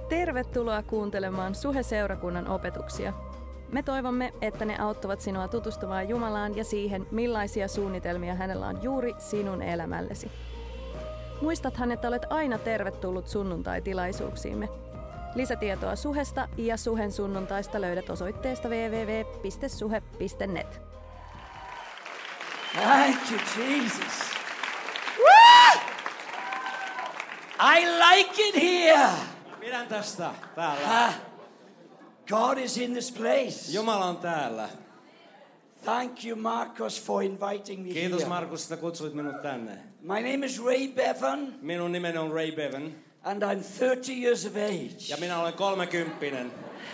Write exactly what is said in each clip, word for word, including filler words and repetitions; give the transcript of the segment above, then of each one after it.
Tervetuloa kuuntelemaan Suhe-seurakunnan opetuksia. Me toivomme, että ne auttavat sinua tutustumaan Jumalaan ja siihen, millaisia suunnitelmia hänellä on juuri sinun elämällesi. Muistathan, että olet aina tervetullut sunnuntai-tilaisuuksiimme. Lisätietoa Suhesta ja Suhen sunnuntaista löydät osoitteesta double-u double-u double-u piste suhe piste net. Thank you, Jesus. Woo! I like it here. Pidän tästä täällä. Ah, God is in this place. Jumala on täällä. Thank you, Marcus, for inviting me Kiitos here. Markus, että kutsuit minut tänne. My name is Ray Bevan, Minun nimeni on Ray Bevan. and I'm thirty years of age. Ja minä olen kolmekymppinen.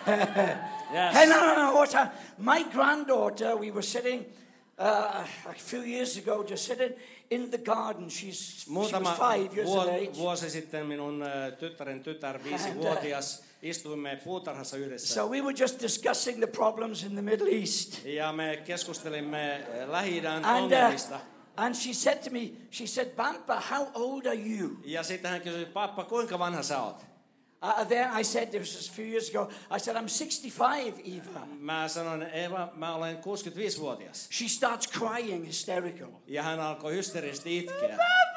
Yes. Hey, no, no, no, what I, my granddaughter, we were sitting uh, a few years ago, just sitting in the garden. She's she Muutama was five years of age. vuosi sitten minun tyttären tytär, viisivuotias, istuimme puutarhassa yhdessä. So we were just discussing the problems in the Middle East. Ja me keskustelimme Lähi-idän And, uh, ongelmista. and she said to me, she said, Bampa, how old are you? Ja sitten hän kysyi, pappa, kuinka vanha sä oot? Uh, then I said, this was a few years ago, I said, I'm sixty-five, Eva. Mä sanoin, Eva, mä olen kuusikymmentäviisivuotias. She starts crying hysterical. Ja hän alkoi hysteerisesti itkeä.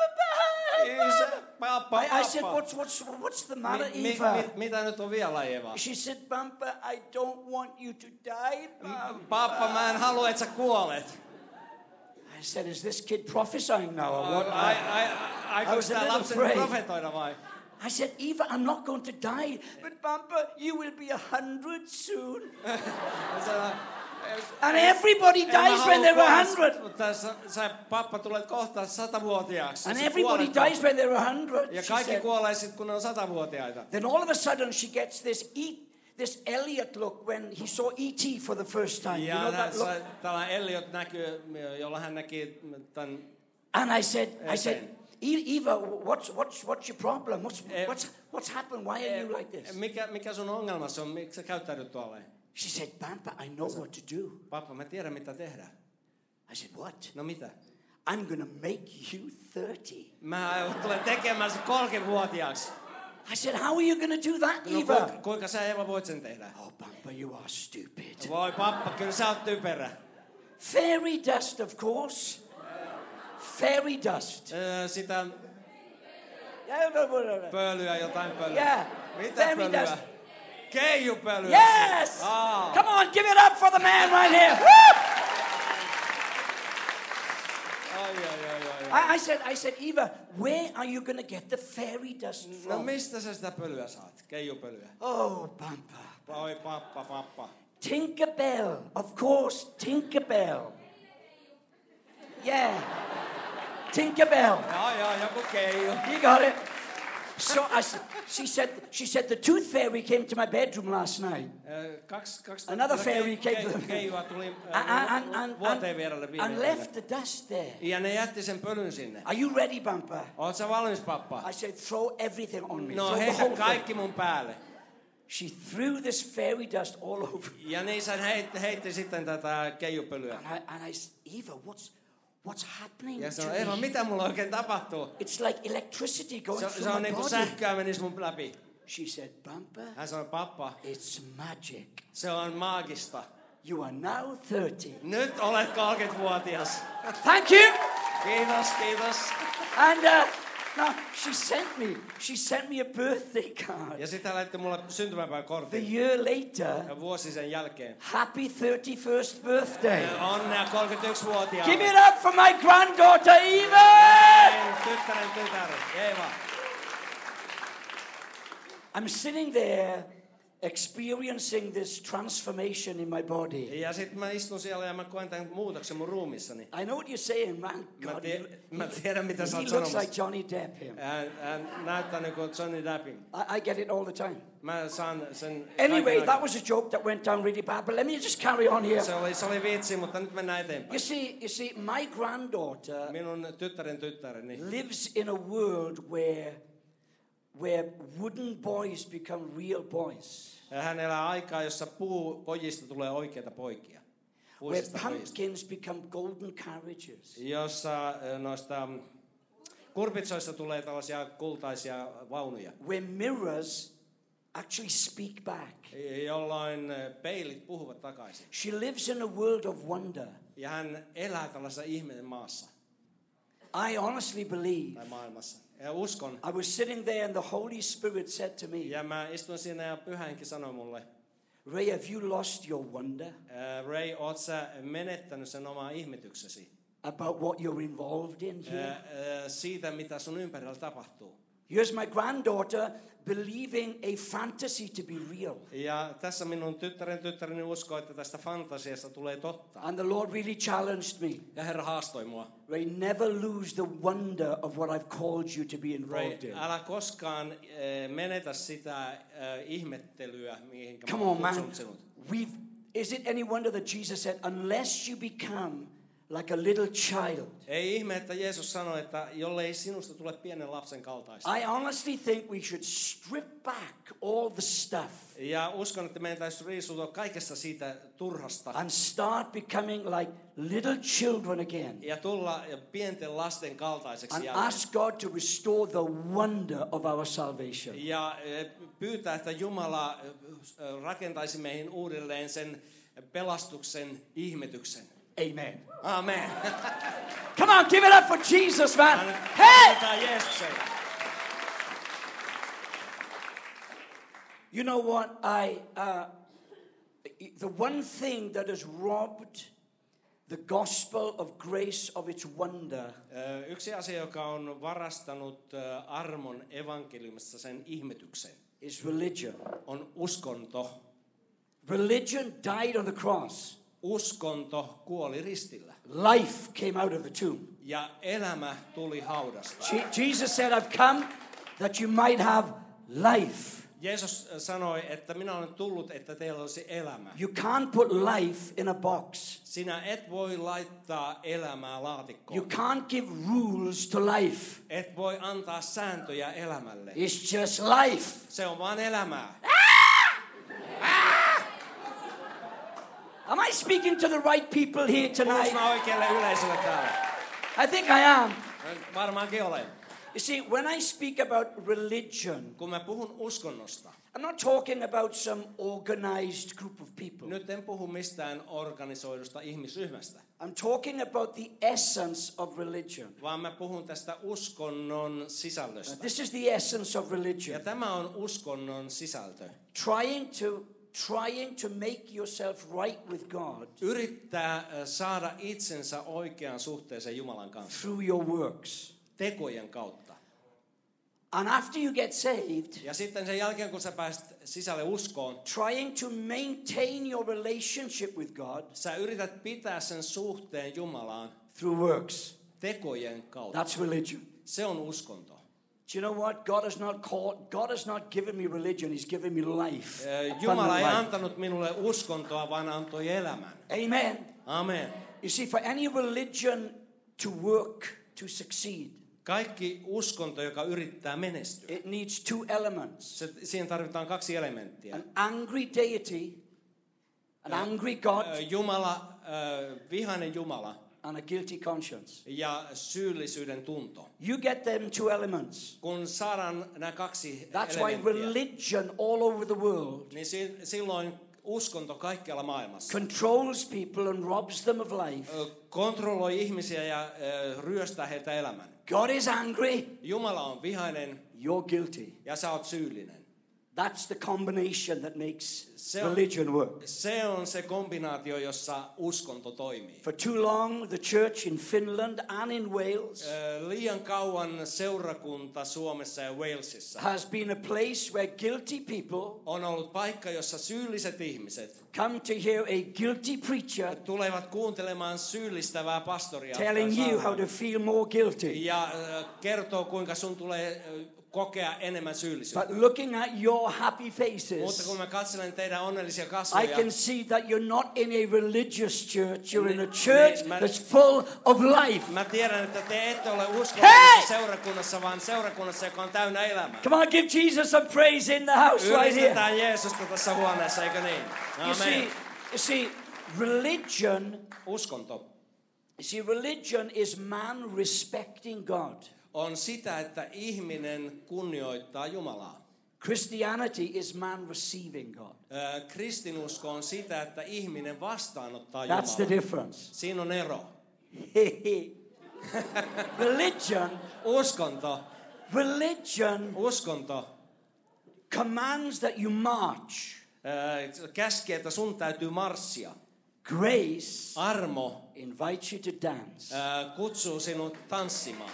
Baba, Isä, pappa, I, I said, pappa. what's, what's, what's the matter, Mi, mi, Eva? mi, mitä nyt on vielä, Eva? She said, Bampa, I don't want you to die, Bampa. Pappa, mä en halua, että sä kuolet. I said, is this kid prophesying now or what? Ai, ai, I aiko was a tää little lapsen afraid. profetoida vai? I said, Eva, I'm not going to die, but Bampa, you will be a hundred soon. Mä sanoin, And everybody en mä dies when halua they're a kuolla, hundred. Mutta sä, sä, pappa, tulet kohta satavuotiaaksi. And Sä everybody kuolet dies when they're a hundred. Ja she kaikki said. kuolee sit, kun ne on satavuotiaita. Then all of a sudden she gets this E, this Elliot look when he saw E T for the first time. Ja you know that look? sa, tällainen Elliot näkyy, jolla hän näki tämän. And I said, I Yes, said, I- "E- Eva, what's what's what's your problem? What's Eh, what's what's happened? Why are you like this? Mikä, mikä sun ongelmassa on? Miksi sä käyttäydyt tuolleen? She said, Bampa, I know what to do. Pappa, mä tiedän mitä tehdä. I said, what? No mitä? I'm gonna make you thirty. Mä tulen tekemään sen kolmekymmentävuotiaaksi. I said, how are you gonna do that, No Eva? kuinka, kuinka sä Eva voit sen tehdä? Oh, Bampa, you are stupid. Voi pappa, kyllä sä oot typerä. Fairy dust, of course. Fairy dust. Öö, sitä Yeah, no, no, no, no. pölyä, jotain pölyä. Yeah. Mitä Fairy pölyä? dust. Keijupölyä. Yes! Ah. Come on, give it up for the man right here. Woo! Ai, ai, ai, ai. I, I said, I said, Eva, where are you going to get the fairy dust No from? mistä sä sitä pölyä saat? Keijupölyä. Oh, Bampa. Oi pappa, pappa. Tinkerbell, of course, Tinkerbell. Yeah, Tinkerbell. Joo, joo, joku keiju. You got it. So I said, she said, she said the tooth fairy came to my bedroom last night. Öö, Kaksi, kaksi Another tätä fairy kei- came to kei- keijua tuli And, and, and, and, vuoteen vieraille and, viime and yönä. left the dust there. Ja ne jätti sen pölyn sinne. Are you ready, Bampa? Oot sä valmis, pappa? I said, throw everything on me. No throw the heitä whole thing. kaikki mun päälle. She threw this fairy dust all over. Ja niin sen heitti, heitti sitten tätä keijupölyä. And I, and I said, Eva, what's, what's happening Ja to sanoi, Eva, me? mitä mulla oikein tapahtuu? It's like electricity going Se, through se on my niin kuin body. sähköä menis mun läpi. She said, Bampa, Hän sanoi, pappa, it's magic. se on maagista. You are now thirty. Nyt olet kolmekymmentävuotias. Thank you. Kiitos, kiitos. And uh, now she sent me, she sent me a birthday card. Ja sitten hän laittoi mulle The syntymäpäiväkortin. year later, Ja vuosi sen jälkeen. happy thirty-first birthday. Onnea kolmekymmentäyksivuotiaalle. Give it up for my granddaughter, Eva. Näin, tyttären tytär, Eeva. I'm sitting there experiencing this transformation in my body. Ja sitten mä istun siellä ja mä koen tämän muutoksen mun ruumissani. I know what you're saying, man. Mä, God, tie, he, mä tiedän mitä sä he oot looks sanomassa. like Johnny Depp, him. Hän, hän näyttää niin kuin Johnny Deppin. I, I get it all the time. Mä saan sen... Anyway, kaiken that aikaa. was a joke that went down really bad, but let me just carry on here. Se oli, se oli vitsi, mutta nyt mennään eteenpäin. You see, you see, my granddaughter Minun tyttären tyttäreni lives in a world where, where wooden boys become real boys. hän elää aikaa, jossa puu, pojista tulee oikeita poikia. Where Puisista pojista. pumpkins become golden carriages. Jossa ö, noista kurpitsoista tulee tällaisia kultaisia vaunuja. Where mirrors actually speak back. Jolloin peilit puhuvat takaisin. She lives in a world of wonder. Ja hän elää tällaisessa ihmeen maassa. I honestly believe. Tai maailmassa. Ja uskon. I was sitting there and the Holy Spirit said to me. Ja mä istuin siinä ja Pyhä Henki sanoi mulle. Ray, have you lost your wonder? Uh, Ray, oot sä menettänyt sen omaa ihmetyksesi? About what you're involved in here? Uh, uh, siitä, mitä sun ympärillä tapahtuu. Here's my granddaughter believing a fantasy to be real. Ja tässä minun tyttären tyttäreni uskoo, että tästä fantasiasta tulee totta. And the Lord really challenged me. Ja Herra haastoi mua. Ray, never lose the wonder of what I've called you to be involved Ray, in. älä koskaan uh, menetä sitä uh, ihmettelyä, mihin Come on, man. We've, is it any wonder that Jesus said, unless you become like a little child. Ei ihme, että Jeesus sanoi, että jollei sinusta tule pienen lapsen kaltaista. I honestly think we should strip back all the stuff. Ja uskon, että meidän täytyy riisutua kaikesta siitä turhasta. And start becoming like little children again. Ja tulla pienten lasten kaltaiseksi and jälleen. Ask God to restore the wonder of our salvation. Ja pyytää, että Jumala rakentaisi meihin uudelleen sen pelastuksen ihmetyksen. Amen. Amen. Come on, give it up for Jesus, man. Hey! You know what? I uh, the one thing that has robbed the gospel of grace of its wonder. Yksi asia, joka on varastanut armon evankeliumista sen ihmetyksen, is religion. On uskonto. Religion died on the cross. Uskonto kuoli ristillä. Life came out of the tomb. Ja elämä tuli haudasta. Jesus said, I've come that you might have life. Jeesus sanoi, että minä olen tullut, että teillä olisi elämä. You can't put life in a box. Sinä et voi laittaa elämää laatikkoon. You can't give rules to life. Et voi antaa sääntöjä elämälle. It's just life. Se on vain elämää. Am I speaking to the right people here tonight? Puhun oikealle yleisölle täällä. I think I am. Varmaankin olen. You see, when I speak about religion, kun mä puhun uskonnosta, I'm not talking about some organized group of people. Nyt en puhu mistään organisoidusta ihmisryhmästä. I'm talking about the essence of religion. Vaan mä puhun tästä uskonnon sisällöstä. This is the essence of religion. Ja tämä on uskonnon sisältö. Trying to trying to make yourself right with God. Yrittää saada itsensä oikeaan suhteeseen Jumalan kanssa. Through your works. Tekojen kautta. And after you get saved, ja sitten sen jälkeen kun sä pääset sisälle uskoon, trying to maintain your relationship with God, sä yrität pitää sen suhteen Jumalaan through works. Tekojen kautta. That's religion. Se on uskonto. Do you know what? God has not called, God has not given me religion, he's given me life. Jumala ei antanut minulle uskontoa, vaan antoi elämän. Amen. Amen. You see, for any religion to work, to succeed, kaikki uskonto, joka yrittää menestyä, it needs two elements. Se, siihen tarvitaan kaksi elementtiä. An angry deity, an uh, angry God, uh, Jumala, uh, vihainen Jumala, and a guilty conscience. Ja syyllisyyden tunto. You get them two elements. Kun saadaan nämä kaksi That's elementtiä, why religion all over the world, niin si- silloin uskonto kaikkialla maailmassa controls people and robs them of life. Kontrolloi ihmisiä ja uh, ryöstää heiltä elämän. God is angry. Jumala on vihainen. You're guilty. Ja sä oot syyllinen. That's the combination that makes se on, religion work. Se on se kombinaatio, jossa uskonto toimii. For too long, the church in Finland and in Wales uh, liian kauan seurakunta Suomessa ja Walesissa has been a place where guilty people on ollut paikka, jossa syylliset ihmiset come to hear a guilty preacher tulevat kuuntelemaan syyllistävää pastoria telling you how to feel more guilty. Ja uh, kertoo, kuinka sun tulee uh, kokea enemmän syyllisyyttä. But looking at your happy faces, mutta kun mä katselen teidän onnellisia kasvoja, I can see that you're not in a religious church. You're in a church that's full of life. Mä tiedän, että te ette ole uskollisessa seurakunnassa, vaan seurakunnassa, joka on täynnä elämää. Come on, give Jesus some praise in the house right here. Ylistetään Jeesusta tässä huoneessa, eikö niin? Amen. You see, you see, religion, uskonto. You see, religion is man respecting God. On sitä, että ihminen kunnioittaa Jumalaa. Christianity is man receiving God. Ö, Kristinusko on sitä, että ihminen vastaanottaa That's Jumalan. the difference. Siinä on ero. Religion, Uskonto, religion uskonto commands that you march. ö, käskee, että sun täytyy marssia. Grace Armo invites you to dance. ö, kutsuu sinut tanssimaan.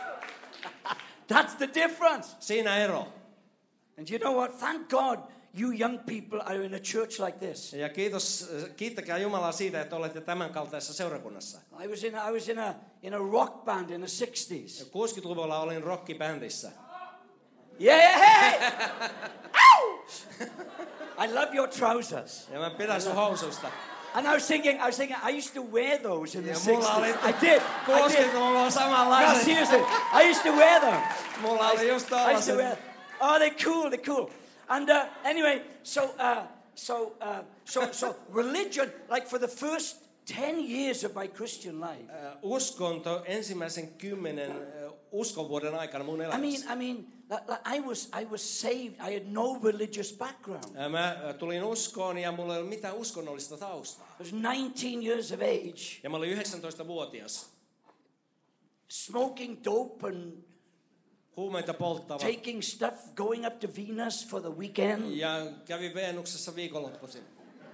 That's the difference. Siinä ero. And you know what? Thank God you young people are in a church like this. Ja kiitos, kiittäkää Jumalaa siitä, että olette tämän kaltaisessa seurakunnassa. I was in a, I was in a in a rock band in the sixties. kuusikymmentäluvulla olin rockibändissä. Yeah, hey! Ow! I love your trousers. Ja mä pidän sun housuista. And I was thinking, I was thinking, I used to wear those in the Ja mulla oli sixties. I did. I did. kuusikymmentäluvulla No, samanlaiset. seriously, I used to wear them. Mulla oli just I used to wear tollaset. them. Oh, they're cool, they're cool. And uh, anyway, so uh, so uh, so so religion, like for the first ten years of my Christian life. Ö, Uskonto ensimmäisen kymmenen ö, uskonvuoden aikana mun I elämässä. mean, I mean, like, like I was I was saved. I had no religious background. Ö, Mä ö, tulin uskoon ja mulla ei ollut mitään uskonnollista taustaa. I was nineteen years of age, Ja mä olin yhdeksäntoistavuotias. smoking dope and Huumeita polttava. taking stuff, going up to Venus for the weekend. Ja kävin Veenuksessa viikonloppuisin.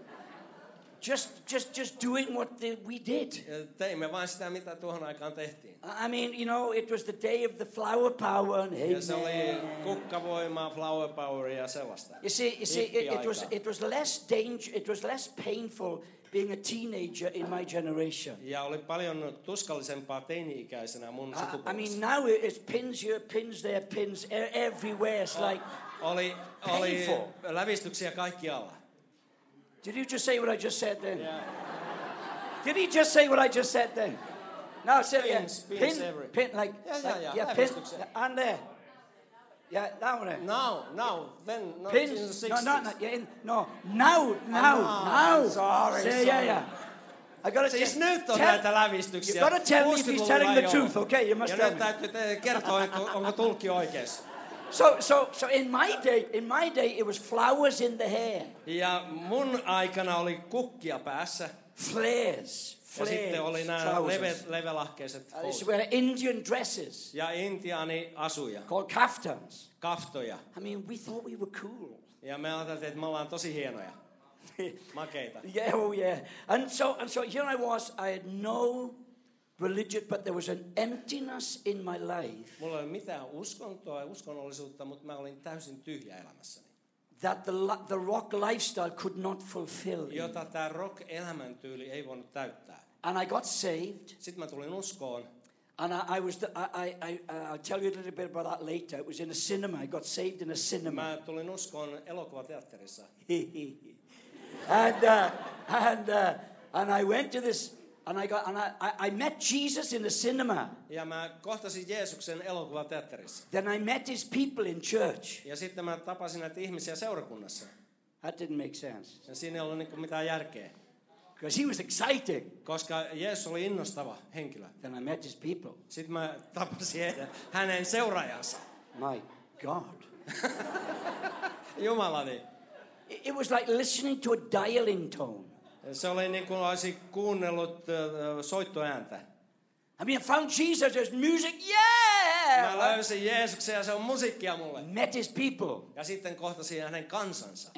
Just, just, just doing what the, we did. Ja teimme vain sitä, mitä tuohon aikaan tehtiin. I mean, you know, it was the day of the flower power and hey, Ja se oli kukkavoimaa, flower power ja sellaista. You see, you see, it, it was Hippiaikaa. it was less danger, it was less painful being a teenager in my generation. Ja oli paljon tuskallisempaa teini-ikäisenä mun I, I sukupolvessa. mean, now it's pins here, pins there, pins e- everywhere. It's like, Oli, oli painful. lävistyksiä kaikkialla. did you just say what I just said then? Ja Did he just say what I just said then? No, say it again. Pins, pins Pin, every- pin, like, Yeah, like, yeah, yeah, yeah, pin, lävistyksiä. and there. Yeah, that one there. now, now, then, not Pins, in the no, sixties. no, no, yeah, in, no, now, now, now. now. Sorry, Say, sorry. yeah, yeah. I gotta Siis tell- nyt on tell- näitä lävistyksiä. You gotta tell me if he's kuusikymmentäluvulla telling the ei truth, ollut. okay? You must Ja tell nyt me. täytyy te- kertoa, onko, onko tulkki oikeassa. So, so, so in my day, in my day, it was flowers in the hair, Ja mun aikana oli kukkia päässä. flares, Ja flares, sitten oli nämä trousers. leve, levelahkeiset I used to housut. wear Indian dresses Ja intiaani asuja, called kaftans. kaftoja. I mean, we thought we were cool. Ja me ajattelin, että me ollaan tosi hienoja, makeita. Yeah, oh yeah. And so, and so here I was. I had no religion, but there was an emptiness in my life Mulla ei ole mitään uskontoa ja uskonnollisuutta, mutta mä olin täysin tyhjä elämässäni. that the li- the rock lifestyle could not fulfill. Jota tämä rock-elämäntyyli ei voinut täyttää. And I got saved. Sitten mä tulin uskoon. And I, I was, the, I, I, I, uh, I'll tell you a little bit about that later. It was in a cinema. I got saved in a cinema. Mä tulin uskoon elokuvateatterissa. and uh, and uh, and I went to this, and I got, and I, I, I met Jesus in the cinema. Ja mä kohtasin Jeesuksen elokuvateatterissa. Then I met his people in church. Ja sitten mä tapasin näitä ihmisiä seurakunnassa. That didn't make sense Ja siinä ei ollut niinku mitään järkeä. because he was exciting. Koska Jeesus oli innostava henkilö. Then I met his people. Sitten mä tapasin heidän- hänen seuraajansa. My God, Jumalani. it, it was like listening to a dialing tone. Se oli niin kuin olisi kuunnellut äh, soittoääntä. I mean, I found Jesus. There's music. Mä Yeah. löysin Jeesuksen ja se on musiikkia mulle. Met his people. Ja sitten kohtasin hänen kansansa.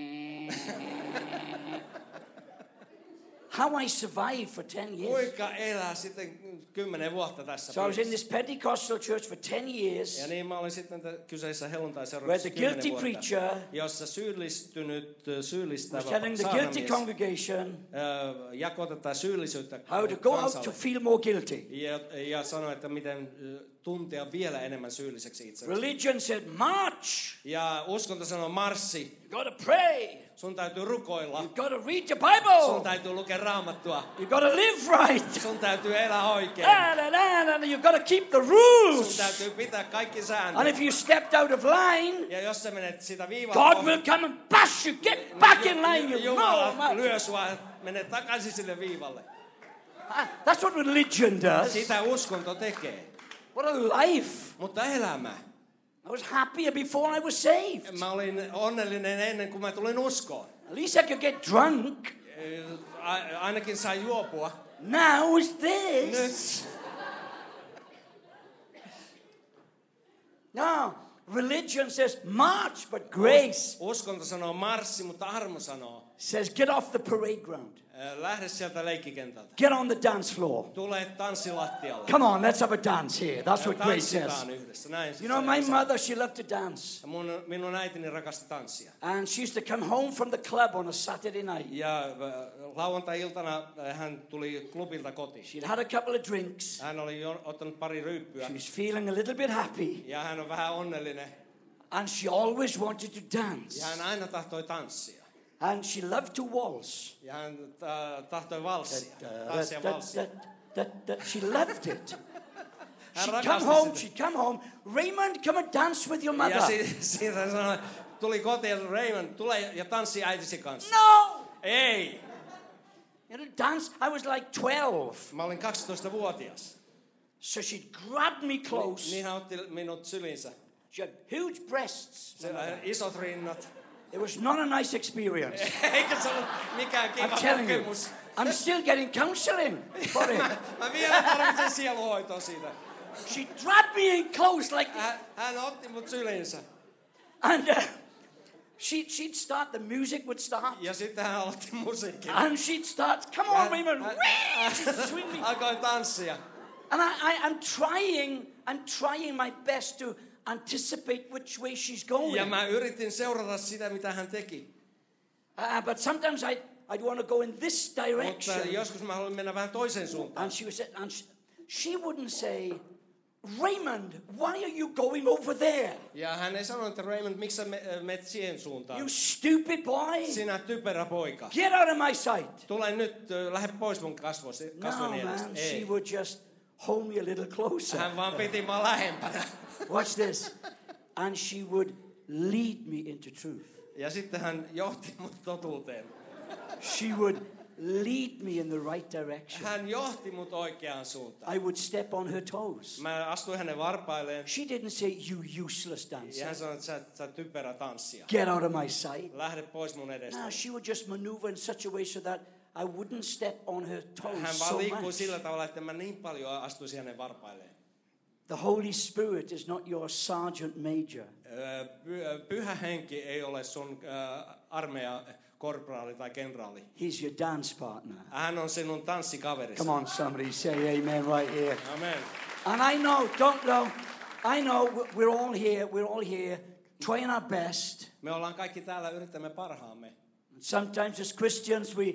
How I survived for ten years. Kuinka elää sitten kymmenen vuotta tässä So I was in piirissä. this Pentecostal church for ten years, Ja niin mä olin sitten t- kyseisessä where helluntai-seurakunnassa the kymmenen guilty vuotta, preacher jossa syyllistynyt äh, syyllistävä was telling the saarnamies guilty congregation äh, jakoi tätä syyllisyyttä how to go out kansalle. to feel more guilty. Ja, ja sanoi, että miten äh, tuntea vielä enemmän syylliseksi itsensä. Religion said, march. Ja uskonto sanoi, marssi, You got to pray. sun täytyy rukoilla, You got to read your sun Bible. täytyy lukea raamattua, You got to live right. sun täytyy elää oikein, And, and, and, and you got to keep the sun rules. täytyy pitää kaikki And säännöt. if you stepped out of line, Ja jos sä menet sitä viivaa God will come and bash you. Get back in line. You Jumala know, lyö sua, mene takaisin sille viivalle. that's what religion does. Sitä uskonto tekee. What a life. Mutta elämä. I was happier before I was saved. Mä olin onnellinen ennen kuin mä tulin uskoon. At least I could get drunk. A- ainakin sai juopua. Now it's this. Nyt. No, religion says march, but grace Uskonto sanoo marssi, mutta armo sanoo. says get off the parade ground. Lähde sieltä leikkikentältä. Get on the dance floor. Tule tanssilattialle. Come on, let's have a dance here. That's what grace says. Tanssitaan yhdessä. Näin se You know, my sanoo. mother, she loved to dance. Mun, minun äitini rakasti tanssia. And she used to come home from the club on a Saturday night. Ja äh, lauantai-iltana äh, hän tuli klubilta kotiin. She'd had a couple of drinks. Hän oli jo ottanut pari ryyppyä. She was feeling a little bit happy. Ja hän on vähän onnellinen. And she always wanted to dance. Ja hän aina tahtoi tanssia. And she loved to waltz. Ja hän äh, tahtoi valssia. That, Tanssia that, valssia. that, that, that, she loved it. Hän She'd come rakasti home, sitä. she'd come home. Raymond, come and dance with your mother. Ja si- siitä hän sanoi, tuli kotiin ja Raymond, tule ja tanssi äitisi kanssa. No! Ei! You know, dance, I was like twelve. Mä olin kaksitoistavuotias. So she'd grabbed me close. Niin hän otti minut syliinsä. She had huge breasts. Se, äh, isot rinnat. It was not a nice experience. Eikä se ollut mikään kiva I'm telling you, kokemus. I'm still getting counseling for it. Mä vielä tarvitsen sieluhoitoa siitä. She grabbed me in close like this. Hän, hän otti mut syliinsä. And uh, she, she'd start, the music would start. Ja sitten hän aloitti musiikin. And she'd start, come on, Raymond. Whee! She'd swing me. Alkoi tanssia. And I, I, I'm trying, I'm trying my best to anticipate which way she's going. Ja mä yritin seurata sitä, mitä hän teki. Uh, but sometimes I, I'd want to go in this Mutta direction. joskus mä haluin mennä vähän toiseen suuntaan. And she was, and she, she wouldn't say, Raymond, why are you going over there? Ja hän ei sanonut, että Raymond, miksi sä me- menet siihen suuntaan? You stupid boy. Sinä typerä poika. Get out of my sight. Tule nyt, ö, lähde pois mun kasvosi, No, kasvoni man, edestä. she Ei. would just hold me a little closer. Hän vaan piti mua lähempänä. Watch this. And she would lead me into truth. Ja sitten hän johti mut totuuteen. She would lead me in the right direction. Hän johti mut oikeaan suuntaan. I would step on her toes. Mä astuin hänen varpailleen. She didn't say, you useless Ja dancer. hän sanoi, että sä, sä typerä tanssija. Get out of my sight. Lähde pois mun edestä. No, she would just maneuver in such a way so that I wouldn't step on her toes Hän vaan so liikkui much. sillä tavalla, että mä niin paljon astuisin hänen varpailleen. The Holy Spirit is not your sergeant major. Ö, py- Pyhä henki ei ole sun ö, armeija korporaali tai kenraali. He's your dance partner. Hän on sinun tanssikaverisi. Come on, somebody say amen right here. Amen. And I know, don't know, I know we're all here, we're all here trying our best. Me ollaan kaikki täällä, yritämme parhaamme. Sometimes as Christians we,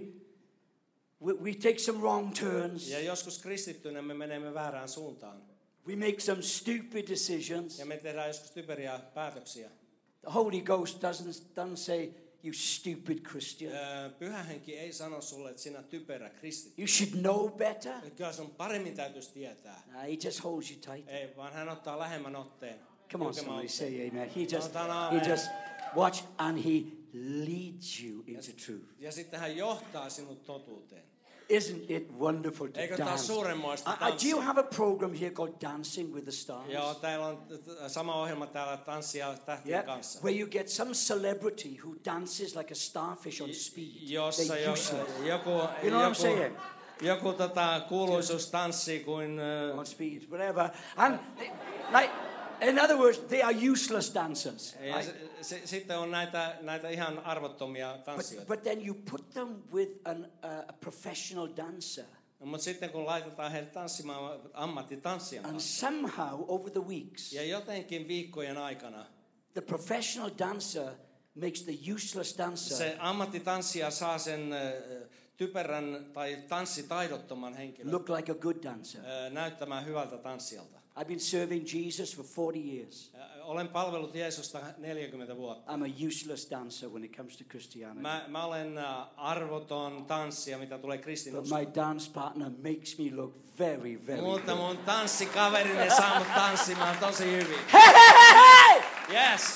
we, we take some wrong turns. Ja joskus kristittynä me menemme väärään suuntaan. We make some stupid decisions. Ja me tehdään joskus typeriä päätöksiä. The Holy Ghost doesn't, doesn't say, you stupid Christian. Ö, Pyhä henki ei sano sulle, että sinä typerä kristitty. You should know better. Kyllä sun paremmin täytyisi tietää. No, he just holds you tight. Ei, vaan hän ottaa lähemmän otteen. Come on, Tiukemman somebody otteen. say amen. He just, Sanotaan he aamen. just, watch, and he leads you into truth. Ja sitten hän johtaa sinut totuuteen. Isn't it wonderful to Eikö tää dance? suuremmoista Uh, uh, do tanssia? you have a program here called Dancing with the Stars? Joo, täällä on t- t- sama ohjelma täällä Tanssia tähtien Yeah, kanssa. where you get some celebrity who dances like a starfish on speed. Jossa They're jo, useless. joku, You know what I'm joku, saying? joku tota, kuuluisuus tanssii kuin... ö, On speed, whatever. And they- like, in other words, they are useless dancers. ja right? se, se, sitten on näitä, näitä ihan arvottomia But, tanssijoita. but then you put them with an, uh, a professional dancer. No, mutta sitten kun laitetaan heidät tanssimaan ammattitanssijan And kanssa, somehow, over the weeks, ja jotenkin viikkojen aikana the professional dancer makes the useless dancer se ammattitanssija saa sen ö, typerän tai tanssitaidottoman henkilön look like a good dancer. ö, näyttämään hyvältä tanssijalta. I've been serving Jesus for forty years. Ö, Olen palvellut Jeesusta neljäkymmentä vuotta. I'm a useless dancer when it comes to Christianity. Mä, mä olen ö, arvoton tanssija, mitä tulee But kristinuskoon. my dance partner makes me look very, very Mutta good. mun tanssikaverini saa mut tanssimaan tosi hyvin. Hey, hey, hey, hey! Yes!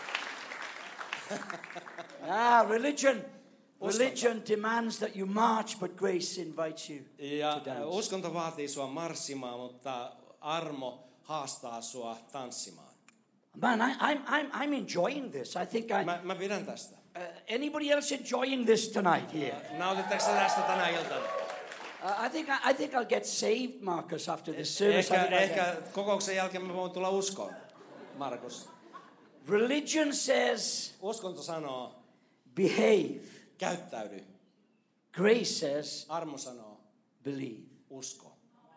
Ah, religion. Uskonto. Religion demands that you march, but grace invites you Ja to dance. uskonto vaatii sua marssimaan, mutta armo haastaa sua tanssimaan. Man, I, I'm, I'm, I'm enjoying this. I think I... Mä, mä pidän tästä. Uh, anybody else enjoying this tonight here? Nautitteko te tästä tänä iltana? Uh, I think I, I think I'll get saved, Marcus, after this service. Ehkä, I think I ehkä kokouksen jälkeen mä voin tulla uskoon, Markus. Religion says, Uskonto sanoo, behave. käyttäydy. Grace says, Armo sanoo, believe. usko.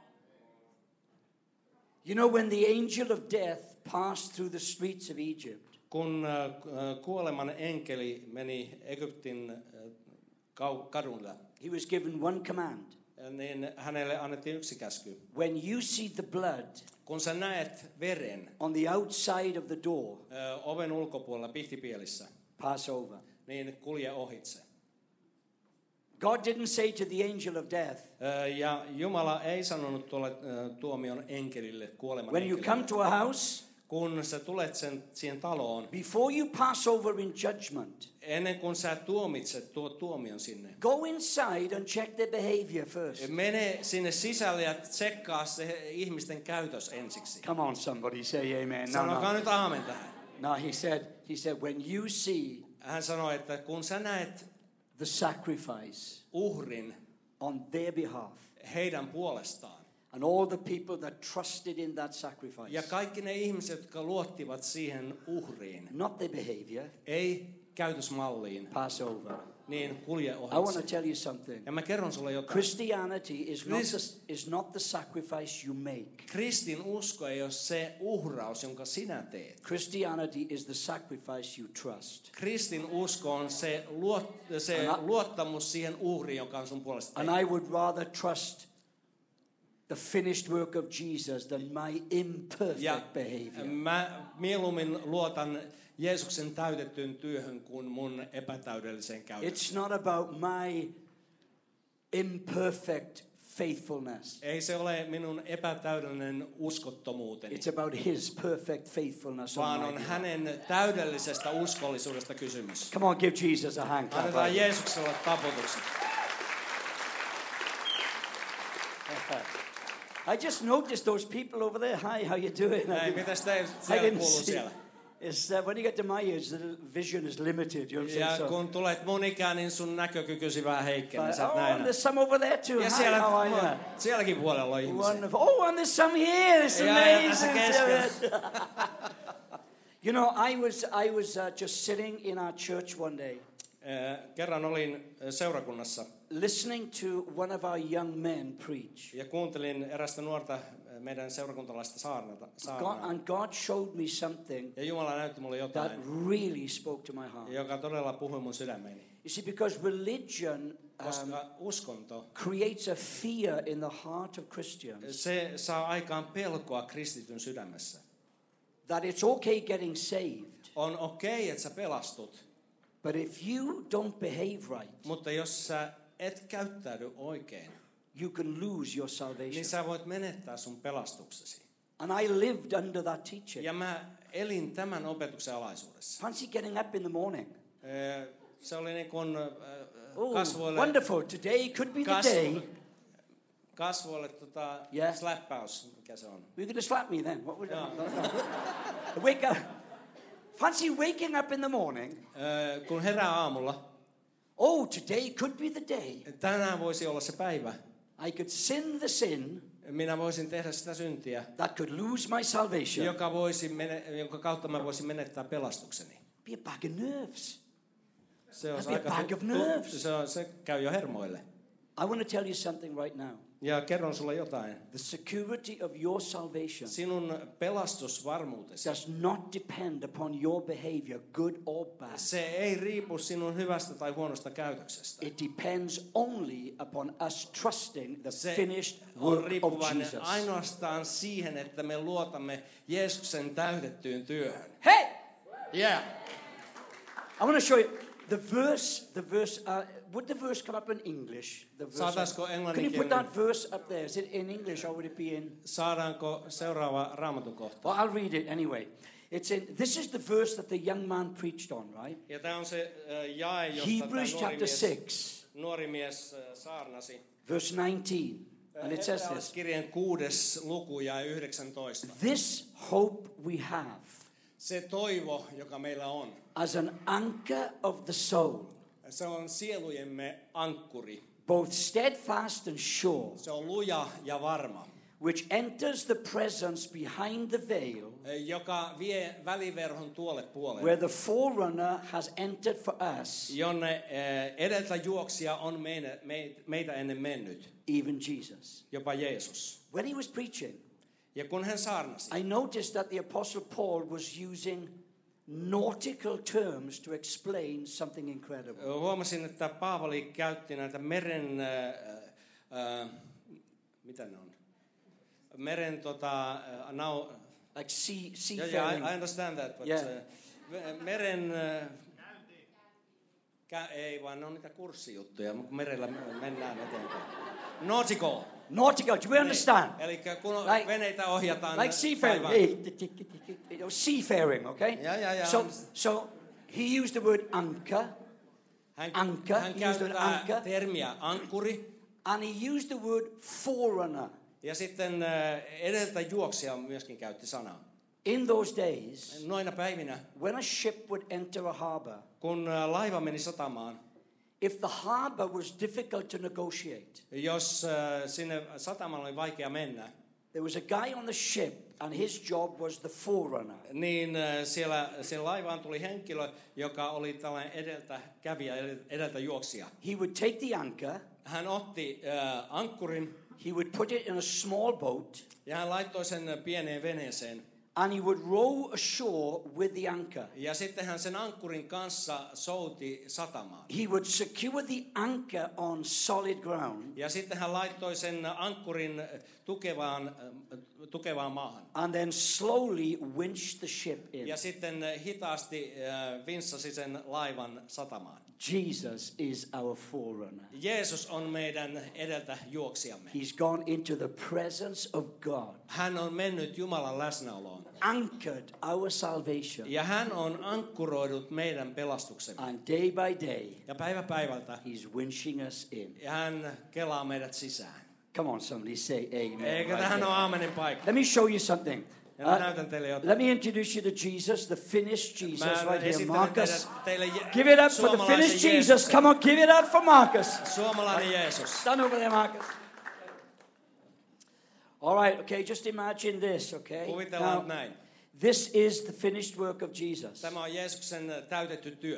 You know, when the angel of death passed through the streets of Egypt, Kun äh, kuoleman enkeli meni Egyptin äh, kau- kadulla, he was given one command. niin hänelle annettiin yksi käsky. When you see the blood Kun sä näet veren on the outside of the door, äh, oven ulkopuolella pihtipielissä, pass over. niin kulje ohitse. God didn't say to the angel of death, Äh, ja Jumala ei sanonut tuolle äh, tuomion enkelille, kuoleman when you enkelille. come to a house, Kun sä tulet sen, siihen taloon, before you pass over in judgment, ennen kuin sä tuomitset tuo tuomion sinne, go inside and check their behavior first. mene sinne sisälle ja tsekkaa se ihmisten käytös ensiksi. Come on, somebody say amen. No, Sanokaa no. nyt aamen tähän. No, he said, he said, when you see Hän sanoi, että kun sä näet the sacrifice uhrin on their behalf, heidän puolestaan, and all the people that trusted in that sacrifice, ja kaikki ne ihmiset, jotka luottivat siihen uhriin, not their behavior, ei käytösmalliin, pass over. niin kulje I want to ohitse. tell you something. Ja mä kerron sulle jotain. Christianity is not, Chris- the, is not the sacrifice you make. Kristin usko ei ole se uhraus, jonka sinä teet. Christianity is the sacrifice you trust. Kristin usko on se, luot, se And I- luottamus siihen uhriin, joka on sun puolesta And tehty. I would rather trust the finished work of Jesus than my imperfect Ja behavior. mä mieluummin luotan Jeesuksen täytettyyn työhön kuin mun epätäydelliseen käytökseen. It's not about my imperfect faithfulness. Ei se ole minun epätäydellinen uskottomuuteni, It's about his perfect faithfulness on vaan my on behalf. hänen täydellisestä uskollisuudesta kysymys. Come on, give Jesus a hand clap. Annetaan Jeesukselle taputukset. I just noticed those people over there. Hi, how you doing? I Ei, didn't- mitäs te I siellä didn't kuuluu see. siellä? It's, uh, when you get to my age, the vision is limited. You understand? Ja So, kun tulet mun ikään, niin sun näkökykysi vähän heikkenee. Sä et oh, näe and enää. there's some over there too. Ja Hi, siellä, how are you? sielläkin puolella on ihmisiä. Wonderful. Oh, and there's some here. It's Ja, ja tässä amazing. You know, I was I was uh, just sitting in our church one day, Eh, Kerran olin eh, seurakunnassa listening to one of our young men preach. ja kuuntelin erästä nuorta eh, meidän seurakuntalaista saarnata, God, saarnaa. and God showed me something Ja Jumala näytti mulle that jotain, really spoke to my heart. joka todella puhui mun sydämeeni. You see, because religion um, Koska uskonto, creates a fear in the heart of Christians se saa aikaan pelkoa kristityn sydämessä. that it's okay getting saved, On okei, okay, että sä pelastut, but if you don't behave right, mutta jos sä et käyttäydy oikein, you can lose your salvation. niin sä voit menettää sun pelastuksesi. And I lived under that teaching. Ja mä elin tämän opetuksen alaisuudessa. Fancy getting up in the morning. Eh, Se oli niin kuin eh, Oh, kasvoille, wonderful. Today could be the kasvo, day. kasvoille tota, Yeah. släppäys, mikä se on. You're going to slap me then. What would No. Wake up. Fancy waking up in the morning. Eh, Kun herää aamulla, Oh, today could be the day. tänään voisi olla se päivä. I could sin the sin Minä voisin tehdä sitä syntiä, that could lose my salvation. joka voisi mene, jonka kautta mä voisin menettää pelastukseni. Be a bag of nerves. Se, on That'd be a aika bag of tu- nerves. se, on, se käy jo hermoille. I want to tell you something right now. Ja kerron sulle jotain. The security of your salvation Sinun pelastusvarmuutesi, does not depend upon your behavior, good or bad. se ei riipu sinun hyvästä tai huonosta käytöksestä. It depends only upon us trusting the Se finished on work of riippuvainen Jesus. ainoastaan siihen, että me luotamme Jeesuksen täytettyyn työhön. Hey! Yeah. I want to show you the verse. The verse. Uh, would the verse come up in English? The verse. Saataisiko Can you put englanninkielinen, that verse up there? Is it in English or would it be in? saadaanko seuraava raamatun kohta? Well, I'll read it anyway. It's in. This is the verse that the young man preached on, right? Ja tämä on se äh, jae, josta tämä Hebrews nuori chapter mies, six, nuori mies äh, saarnasi. verse nineteen, and it says this: Hebrealaiskirjeen kuudes luku ja yhdeksäntoista. "This hope we have, Se toivo, joka meillä on. As an anchor of the soul. Se on sielujemme ankkuri. Both steadfast and sure. Se on luja ja varma. Which enters the presence behind the veil. Joka vie väliverhon tuolle puolelle. Where the forerunner has entered for us. Jonne edeltä juoksija on meitä ennen mennyt. Even Jesus. Jopa Jeesus. When he was preaching. Ja kun hän saarnasi. I noticed that the apostle Paul was using nautical terms to explain something incredible. Huomasin, että Paavali käytti näitä meren äh, äh, mitä ne on? Meren tota uh, now like sea sea yeah, yeah, I, I understand that, but yeah. uh, meren uh, kä, ei vaan ne on niitä kurssijuttuja, mutta merellä mennään eteenpäin. Nautical. Nautical, do you understand? Eli kun like, veneitä ohjataan like seafaring, hey, seafaring, okay? Yeah, yeah, yeah. So so he used the word anchor. Hän, anchor. Hän he used the word anchor. Termiä ankkuri. And he used the word forerunner. Ja sitten edeltä juoksija myöskin käytti sanaa. In those days, noina päivinä, when a ship would enter a harbor, kun laiva meni satamaan, if the harbor was difficult to negotiate, jos sinne satamalle oli vaikea mennä, there was a guy on the ship and his job was the forerunner. Niin siellä sen laivaan tuli henkilö, joka oli tällainen edeltä kävijä, edeltä juoksija. He would take the anchor. Hän otti äh, ankkurin. He would put it in a small boat. Ja hän laittoi sen pieneen veneeseen. And he would row ashore with the anchor. Ja sitten hän sen ankkurin kanssa souti satamaan. He would secure the anchor on solid ground. Ja sitten hän laittoi sen ankkurin tukevaan tukevaan maahan. And then slowly winch the ship in. Ja sitten hitaasti äh, vinssasi sen laivan satamaan. Jesus is our forerunner. Jeesus on meidän edeltä juoksijamme. He's gone into the presence of God. Hän on mennyt Jumalan läsnäoloon. Anchored our salvation. Ja hän on ankkuroidut meidän pelastuksemme. And day by day. Ja päivä päivältä. He's winching us in. Ja hän kelaa meidät sisään. Come on, somebody say amen. Eikö tähän ole aamenin paikka? Let me show you something. Ja uh, näytän teille jotain. Let me introduce you to Jesus, the finished Jesus Mä right here. Marcus. Teille give it up for the finished Jesus. Come on, give it up for Marcus. Suomalainen Jeesus. Stand over there, Marcus. All right, okay, just imagine this, okay? Kuvitellaan now, näin. This is the finished work of Jesus. Tämä on Jeesuksen täytetty työ.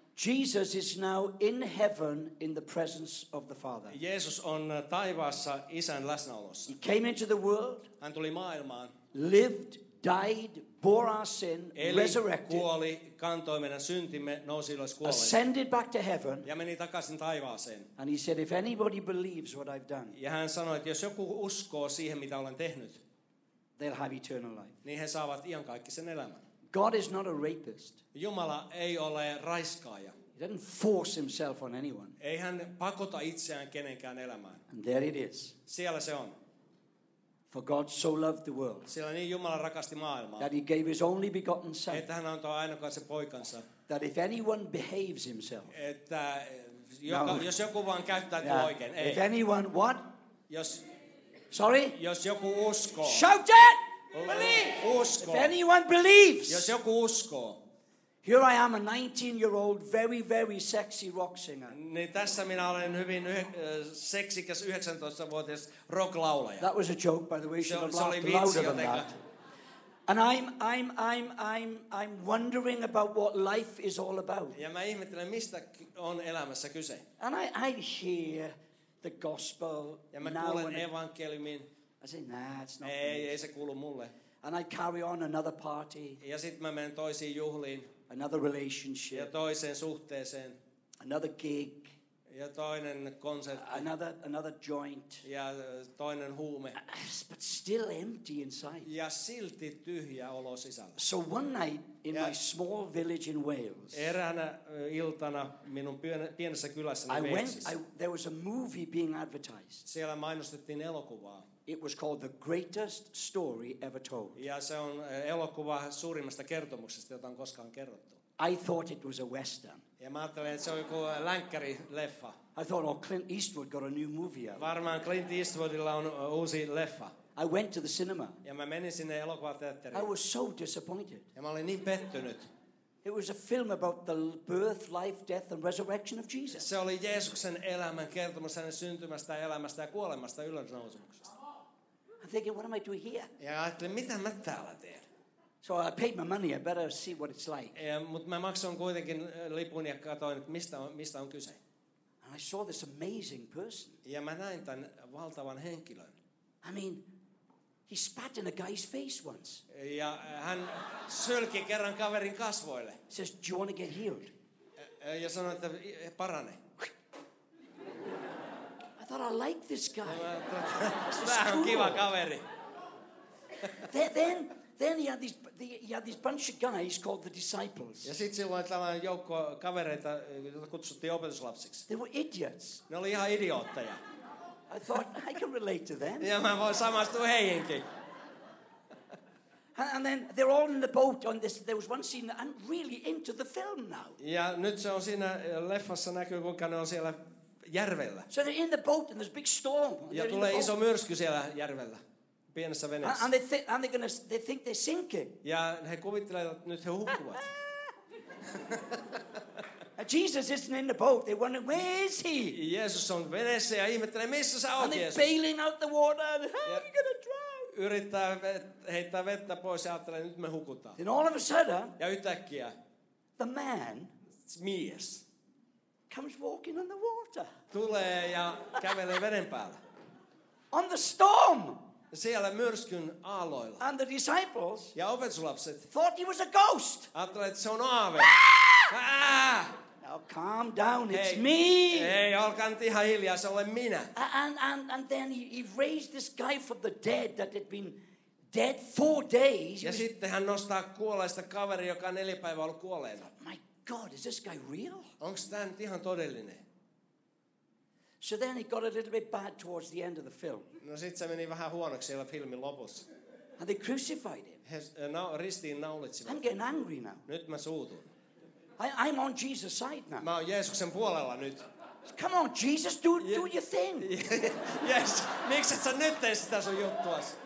Jesus is now in heaven in the presence of the Father. Jeesus on taivaassa Isän läsnäolossa. He came into the world. Hän tuli maailmaan. Lived, died, bore our sin, eli resurrected. Kuoli, kantoi meidän syntimme, nousi ylös kuolleista. Ascended back to heaven. Ja meni takaisin taivaaseen. And he said, if anybody believes what I've done. Ja hän sanoi, että jos joku uskoo siihen, mitä olen tehnyt, they'll have eternal life. Niin he saavat iankaikkisen elämän. God is not a rapist. Jumala ei ole raiskaaja. He doesn't force himself on anyone. Ei hän pakota itseään kenenkään elämään. And there it is. Siellä se on. For God so loved the world. Siellä niin Jumala rakasti maailmaa. That he gave his only begotten son. Että hän antoi ainokaisen poikansa. That if anyone behaves himself. Että joka, no. jos joku vaan käyttäytyy yeah. oikein. Ei. If anyone what? Jos Sorry? Jos joku uskoo. Shout it! Believe! Uskoo. If anyone believes. Jos joku uskoo. Here I am, a nineteen-year-old, very, very sexy rock singer. Niin tässä minä olen hyvin yh, seksikäs yhdeksäntoistavuotias rock-laulaja. That was a joke, by the way. Se, Should se have oli laughed louder vitsi than that. And I'm, I'm, I'm, I'm, I'm wondering about what life is all about. Ja mä ihmettelen, mistä on elämässä kyse. And I, I hear the gospel. Ja mä now kuulen evankeliumin. I say, nah, it's not. Ei, ei se kuulu mulle. And I carry on another party. Ja sitten mä menen toisiin juhliin. Another relationship. Ja toiseen suhteeseen. Another gig. Ja toinen konsertti. Another, another joint. Ja toinen huume. But still empty inside. Ja silti tyhjä olo sisällä. So one night in ja my small village in Wales. Eräänä iltana minun pienessä kylässäni I Walesissa. went, I, there was a movie being advertised. Siellä mainostettiin elokuvaa. It was called The Greatest Story Ever Told. Ja se on elokuva suurimmasta kertomuksesta, jota on koskaan kerrottu. I thought it was a western. Ja mä ajattelin, että se on joku länkkärileffa. I thought, oh, Clint Eastwood got a new movie out. Varmaan Clint Eastwoodilla on uusi leffa. I went to the cinema. Ja mä menin sinne elokuvateatteriin. I was so disappointed. Ja mä olin niin pettynyt. It was a film about the birth, life, death and resurrection of Jesus. Se oli Jeesuksen elämän kertomus hänen syntymästä, elämästä ja kuolemasta ja ylösnousemuksesta. I'm thinking, what am I doing here? Ja ajattelin, mitä mä täällä teen? So I paid my money. I better see what it's like. Ja, mutta mä maksoin kuitenkin lipun ja katsoin, että mistä on, mistä on kyse. And I saw this amazing person. Ja mä näin tämän valtavan henkilön. I mean, he spat in a guy's face once. Ja hän sylki kerran kaverin kasvoille. He says, do you want to get healed? Ja sanoi, että parane. I thought, I like this guy. Tämä on kiva kaveri. then, then, then he had these, he had this bunch of guys called the disciples. Ja sitten silloin tällainen joukko kavereita, joita kutsuttiin opetuslapsiksi. They were idiots. Ne oli ihan idiootteja. I thought, I can relate to them. Ja mä voin samastua heihinkin. And then they're all in the boat on this. There was one scene, I'm really into the film now. Ja nyt se on siinä leffassa näkyy, kuinka ne on siellä järvellä. So they're in the boat and there's a big storm. Ja tulee iso myrsky siellä järvellä, pienessä veneessä. And they think, and they're gonna, they think they're sinking. Ja he kuvittelevat, että nyt he hukkuvat. Jesus isn't in the boat. They wonder, where is he? Jeesus on veneessä ja ihmettelee, missä sä And oot, they're Jeesus. bailing out the water. And, how Ja are we gonna drown? yrittää vet, heittää vettä pois ja ajattelee, että nyt me hukutaan. Then all of a sudden, Ja yhtäkkiä the man mies comes walking on the water. tulee ja kävelee veden päällä. On the storm. Siellä myrskyn aalloilla. And the disciples Ja opetuslapset thought he was a ghost. ajattelevat, että se on aave. Ah! Now calm down, it's Hei, me. hei, olkaa nyt ihan hiljaa, se olen minä. And, and, and then he, he raised this guy from the dead that had been dead four days. He Ja was, sitten hän nostaa kuolleista kaveri, joka on neljä päivää ollut kuolleena. my God, is this guy real? Onko tämä nyt ihan todellinen? So then it got a little bit bad towards the end of the film. No sit se meni vähän huonoksi siellä filmin lopussa. And they crucified him. He na- ristiin naulitsivat. I'm getting angry now. Nyt mä suutun. I, I'm on Jesus' side now. Mä oon Jeesuksen puolella nyt. Come on, Jesus, do, do your thing. Yes. Miksi et sä nyt tee sitä sun juttuas?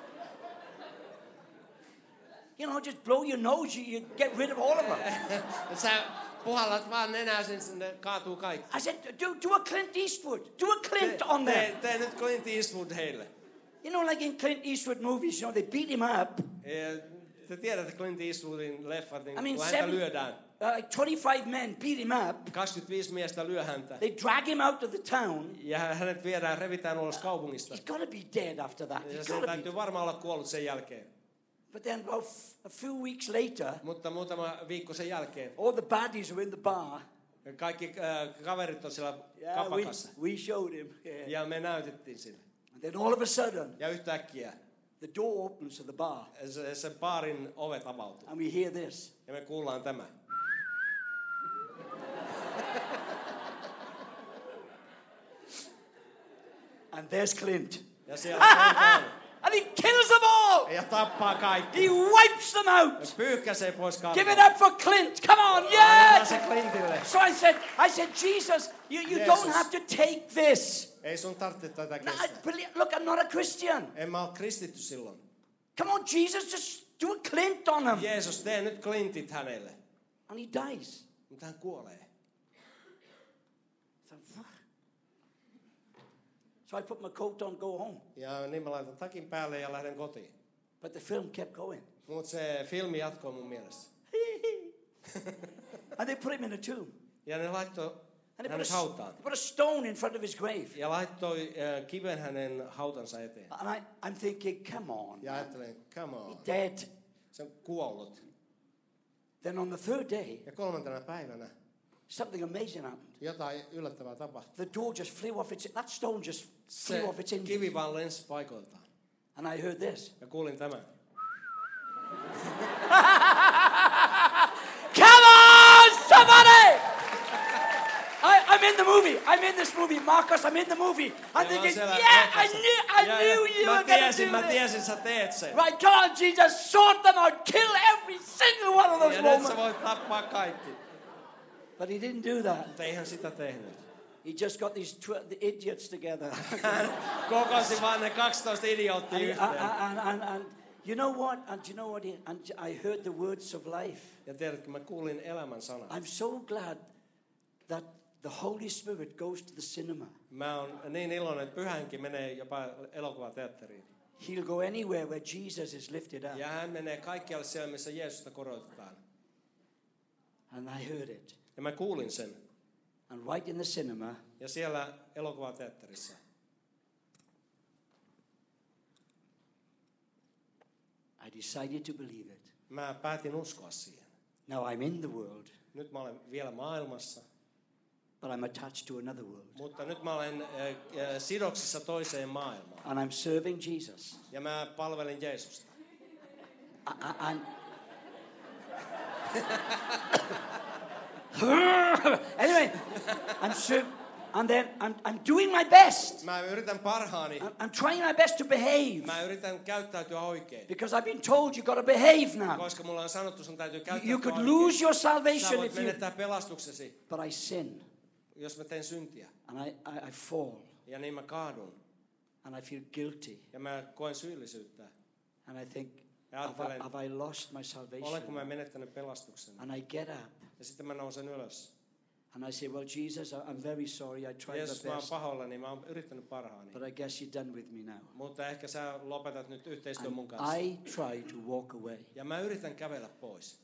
You know, just blow your nose, you, you get rid of all of them. Sä puhallat vaan nenää, sinne kaatuu kaikki. I said, do, do a Clint Eastwood. Do a Clint on Tee, them. tee nyt Clint Eastwood heille. You know, like in Clint Eastwood movies, you know, they beat him up. Ja te tiedätte Clint Eastwoodin leffat, niin I mean, kun häntä seven, lyödään. uh, like twenty-five men beat him up. kaksikymmentäviisi miestä lyö häntä. They drag him out of the town. Ja hänet viedään, revitään ulos kaupungista. He's got to be dead after that. Ja He's sen got to täytyy be. varmaan olla kuollut sen jälkeen. But then about f- a few weeks later, Mutta muutama viikko sen jälkeen all the baddies are in the bar. kaikki äh, kaverit on siellä Yeah, we, kapakassa. we showed him. Yeah. Ja me näytettiin sille. And then all of a sudden, Ja yhtäkkiä the door opens to the bar. se, sen baarin ovet avautuu. And we hear this. Ja me kuullaan tämä. And there's Clint. Ja siellä on And he kills them all. ja tappaa kaikki. He wipes them Ja out. pyyhkäisee pois Give it kartan. up for Clint. Come on, Annetaan yes. se Clintille. So I said, I said, Jesus, you, you Jesus. don't have to take this. Ei sun tarvitse tätä No, I, kestää. believe- look, I'm not a Christian. En mä ole kristitty silloin. Come on, Jesus, just do a Clint on him. Jeesus, tee nyt Clintit hänelle. And he dies. Mutta hän kuolee. So, what? So I put my coat on, go home. Ja niin mä laitan takin päälle ja lähden kotiin. But the film kept going. Mutta se filmi jatkoi mun mielessä. And they put him in a tomb. Ja ne laittoi And they put, hänet a, hautaan. they put a stone in front of his grave. Ja laittoi äh, kiven hänen hautansa eteen. And I, I'm thinking, come on. Ja ajattelen, come on. Dead. Se on kuollut. Then on the third day, Ja kolmantena päivänä something amazing happened. jotain yllättävää tapahtui. The door just flew off its, that stone just Se flew off its hinges. kivi vaan lensi paikoiltaan. And I heard this. Ja kuulin tämän. Come on, somebody! I, I'm in the movie. I'm in this movie. Marcus, I'm in the movie. I'm Ja mä oon thinking, siellä yeah, I leffassa. knew, I Ja- knew ja you mä were going tiesin, to mä do this. tiesin, sä teet sen. Right, come on, Jesus, sort them out. Kill every single one of those Ja nyt sä moments. voit tappaa kaikki. But he didn't do that. Mutta eihän sitä tehnyt. He He just got these tw- the idiots together. Hän kokosi vaan ne kaksitoista idioottia and, yhteen. and, and, and you know what? And you know what? He, and I heard the words of life. Ja tiedätkö, mä kuulin elämän sanat. I'm so glad that the Holy Spirit goes to the cinema. Mä oon niin iloinen, että Pyhänkin menee jopa elokuvateatteriin. He'll go anywhere where Jesus is lifted up. Ja hän menee kaikkialle siellä, missä Jeesusta korotetaan. And I heard it. Ja mä kuulin sen. And right in the cinema. Ja siellä elokuvateatterissa. I decided to believe it. Mä päätin uskoa siihen. Now I'm in the world. Nyt mä olen vielä maailmassa. But I'm attached to another world. Mutta nyt mä olen äh, sidoksissa toiseen maailmaan. And I'm serving Jesus. Ja mä palvelen Jeesusta. I, I, I'm anyway, I'm ser- and then I'm, I'm doing my best. Mä yritän parhaani. I'm, I'm trying my best to behave. Mä yritän käyttäytyä oikein. Because I've been told you got to behave now. Koska mulla on sanottu, sun täytyy käyttäytyä You could oikein. lose your Sä salvation voit if you. menettää pelastuksesi, But I sin, jos mä teen syntiä. and I, I, I fall, Ja niin mä kaadun. and I feel guilty, Ja mä koen syyllisyyttä. and I think, Ja have I, ajattelen, have I lost my olenko salvation? mä menettänyt pelastuksen? And I get up, Ja sitten mä nousen ylös. and I say, well, Jesus, I- I'm very sorry. I tried Jeesus, my mä oon best, pahoillani, mä oon yrittänyt parhaani. but I guess you're done with me now. Mutta ehkä sä lopetat nyt yhteistyön mun And kanssa. I try to walk away. Ja mä yritän kävellä pois.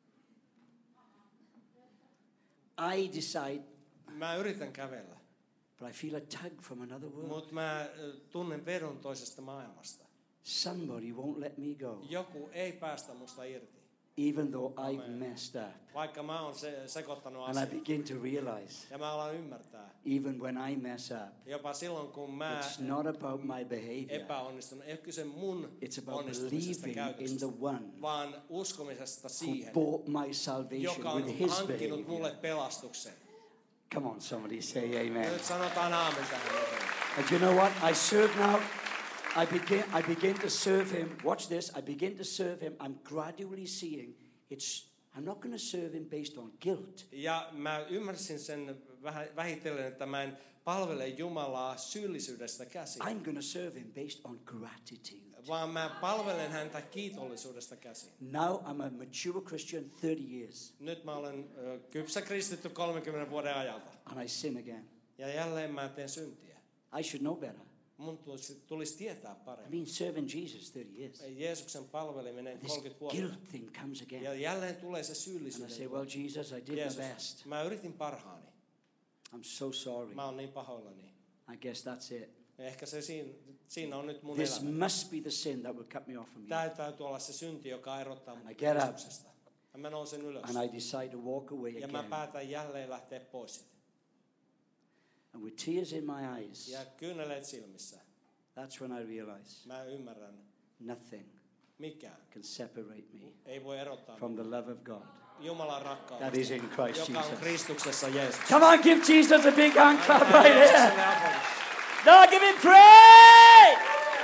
I decide, Mä yritän kävellä. but I feel a tug from another world. Mutta mä ö, tunnen vedon toisesta maailmasta. Somebody won't let me go, Joku ei päästä musta irti. even though I've messed up. Vaikka mä oon se, sekoittanut And I asiaa. begin to realize, Ja mä alan ymmärtää. even when I mess up, Jopa silloin, kun mä it's not about my behavior. epäonnistun, ei ole kyse mun It's about onnistumisesta believing in käytöksestä, the one vaan uskomisesta who siihen, bought my salvation joka on with his hankkinut mulle behavior. pelastuksen. Come on, somebody say amen. Nyt sanotaan aamen tähän eteen. And you know what? I serve now. I begin, I begin to serve him. Watch this. I begin to serve him. I'm gradually seeing it's. I'm not going to serve him based on guilt. Ja mä ymmärsin sen vähän vähitellen, että mä en palvele Jumalaa syyllisyydestä käsin, I'm going to serve him based on gratitude. vaan mä palvelen häntä kiitollisuudesta käsin. Now I'm a mature Christian thirty years. Nyt mä olen ö, kypsä kristitty kolmenkymmenen vuoden ajalta. And I sin again. Ja jälleen mä teen syntiä. I should know better. Mun tulisi, tulisi tietää I've paremmin. been serving Jesus thirty years. Jeesuksen palveliminen This kolmekymmentä vuotta. guilt thing comes again. Ja jälleen tulee se And I syyllisyyden. say, well, Jesus, I did Jeesus, my best. mä yritin parhaani. I'm so sorry. Mä oon niin pahoillani. I guess that's it. Ja ehkä se siinä, siinä on nyt mun This elämä. must be the sin that will cut me off from you. Tää täytyy olla se synti, joka erottaa mut I get up. Kristuksesta. Ja mä nousen ylös. And I decide to walk away Ja mä again. päätän jälleen lähteä pois siitä. And with tears in my eyes, Ja kyyneleet silmissä. that's when I realize Mä ymmärrän, nothing mikään can separate me ei voi erottaa from the love of God Jumalan that rakkaudesta, is in Christ joka on Jesus. Kristuksessa Jeesus. Come on, give Jesus a big hand clap Annetaan right Jeesukselle here. aplodit. No, give him praise!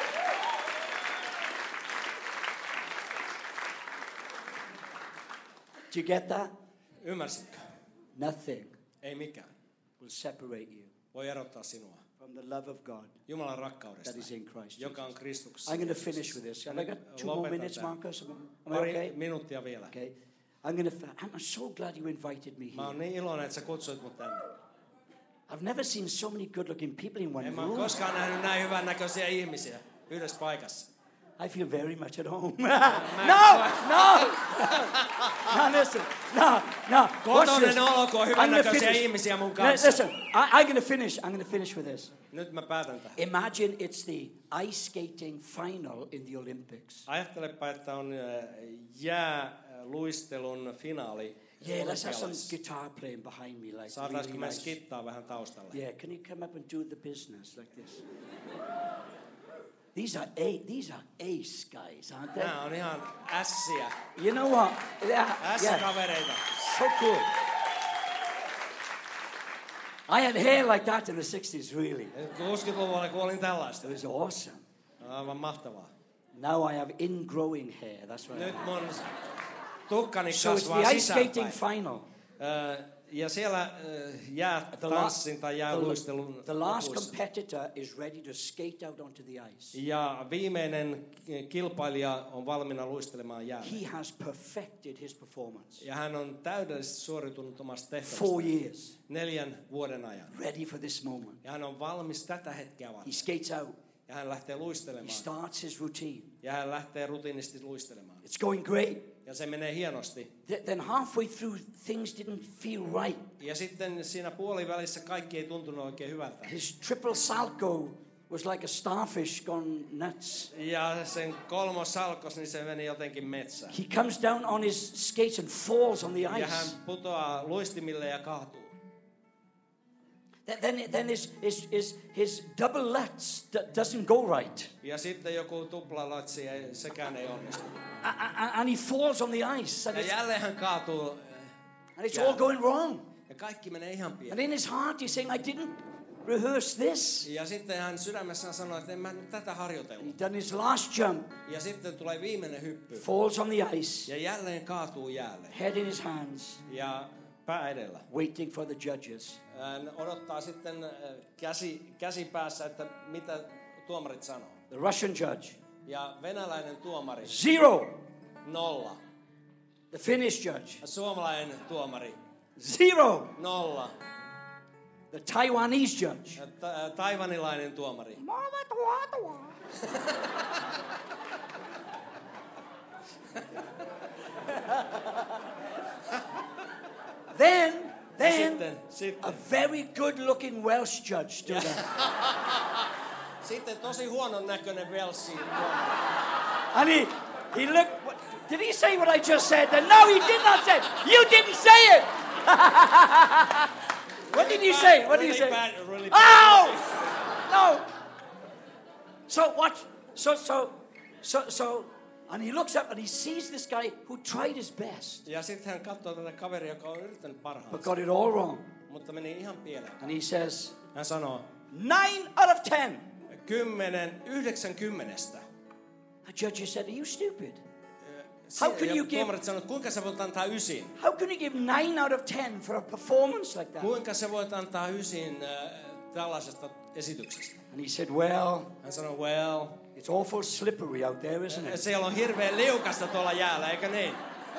Do you get that? Ymmärsitkö? Nothing Ei mikään will separate you voi erottaa sinua from the love of God Jumalan rakkaudesta, that is in Christ joka on Jesus. Kristuksessa. I'm going to finish with this. Have I got two more Lopetan minutes, tämän. Marcus? Am I Pari okay? minuuttia vielä. Okay. I'm going to. I'm so glad you invited me Mä oon here. niin iloinen, että sä kutsuit mut tänne. I've never seen so many good-looking people in one En mä ole room. koskaan nähnyt näin hyvän näköisiä ihmisiä yhdessä paikassa. I feel very much at home. no, no, no, listen, no, no. Watch Kotoinen this. olo, kun on I'm hyvän gonna näköisiä finish. ihmisiä mun No, kanssa. listen, I, I'm going to finish. I'm going to finish with this. Nyt mä päätän tähän. Imagine it's the ice skating final in the Olympics. Ajattelepa, että on äh, jääluistelun finaali. Yeah, let's have some olympialaisissa. guitar playing behind me, like Saataisiko really me nice. skittaa vähän taustalle? Yeah, can you come up and do the business like this? These are a, these are ace guys, aren't they? Nämä on ihan ässiä. You know what? Yeah, yeah. Ässäkavereita. So cool. I had hair like that in the sixties, really. kuusikymmentäluvulla kuolin tällaista. It was awesome. Aivan mahtavaa. Now I have ingrowing hair. That's what I Nyt have. mun tukkani So it's kasvaa the ice skating sisäänpäin. final. Ö, Ja siellä äh, jäätanssin tai jääluistelun The last lopussa. competitor is ready to skate out onto the ice. Ja viimeinen kilpailija on valmiina luistelemaan jäällä. He has perfected his performance. Ja hän on täydellisesti suoriutunut omasta tehtävästä. Four years. Neljän vuoden ajan. Ready for this moment. Ja hän on valmis tätä hetkeä varten. He skates out. Ja hän lähtee He luistelemaan. starts his routine. Ja hän lähtee rutiinisti luistelemaan. It's going great. Ja se menee hienosti. Th- then halfway through, things didn't feel right. Ja sitten siinä puolivälissä kaikki ei tuntunut oikein hyvältä. His triple salto was like a starfish gone nuts. Ja sen kolmos salkos, niin se meni jotenkin metsään. He comes down on his skates and falls on the Ja hän ice. putoaa luistimille ja kaatuu. Th- Then, then his, his, his, his double lutz d- doesn't go right. Ja sitten joku tuplalatsi, ei, sekään ei onnistu. A- a- And he falls on the ice. And Ja it's, jälleen hän kaatuu. and it's all going wrong. Ja kaikki menee ihan And pieleen. in his heart he's saying, I didn't rehearse this. Ja sitten hän sydämessään sanoi, että en mä nyt tätä harjoitellut. He done his last jump, Ja sitten tulee viimeinen hyppy. falls on the ice, Ja jälleen kaatuu jäälle. head in his hands, Ja pää edellä. waiting for the judges. Hän odottaa sitten äh, käsi, käsi päässä, että mitä tuomarit sanoo. The Russian judge, Ja venäläinen tuomari, zero. nolla. The Finnish judge, Ja suomalainen tuomari, zero. nolla. The Taiwanese judge, Ja ta- äh, taivanilainen tuomari, then, ja then sitten, a sitten, very good-looking Welsh judge stood there. sitten tosi huonon näköinen Velsiin tuomari. And he, he looked, what- did he say what I just said? Then? No, he did not say it. You didn't say it. What did he say? What did he Really say? bad, really Oh! bad. No. So watch. So so so so, and he looks up and he sees this guy who tried his best Ja sitten hän katsoo tätä kaveria, joka on yrittänyt but parhaansa, got it all wrong. mutta meni ihan pieleen. And he says, Hän sanoo, nine out of ten. kymmenen, yhdeksän kymmenestä. The judge said, "Are you stupid? Si- How can ja you give- tuomarit sanoo, että kuinka sä voit antaa ysin? How can you give nine out of ten for a performance like that?" Kuinka sä voit antaa ysin äh, tällaisesta esityksestä? And he said, "Well, Hän sanoi, well, it's awful slippery out there, isn't it?" siellä on hirveän liukasta tuolla jäällä, eikö niin?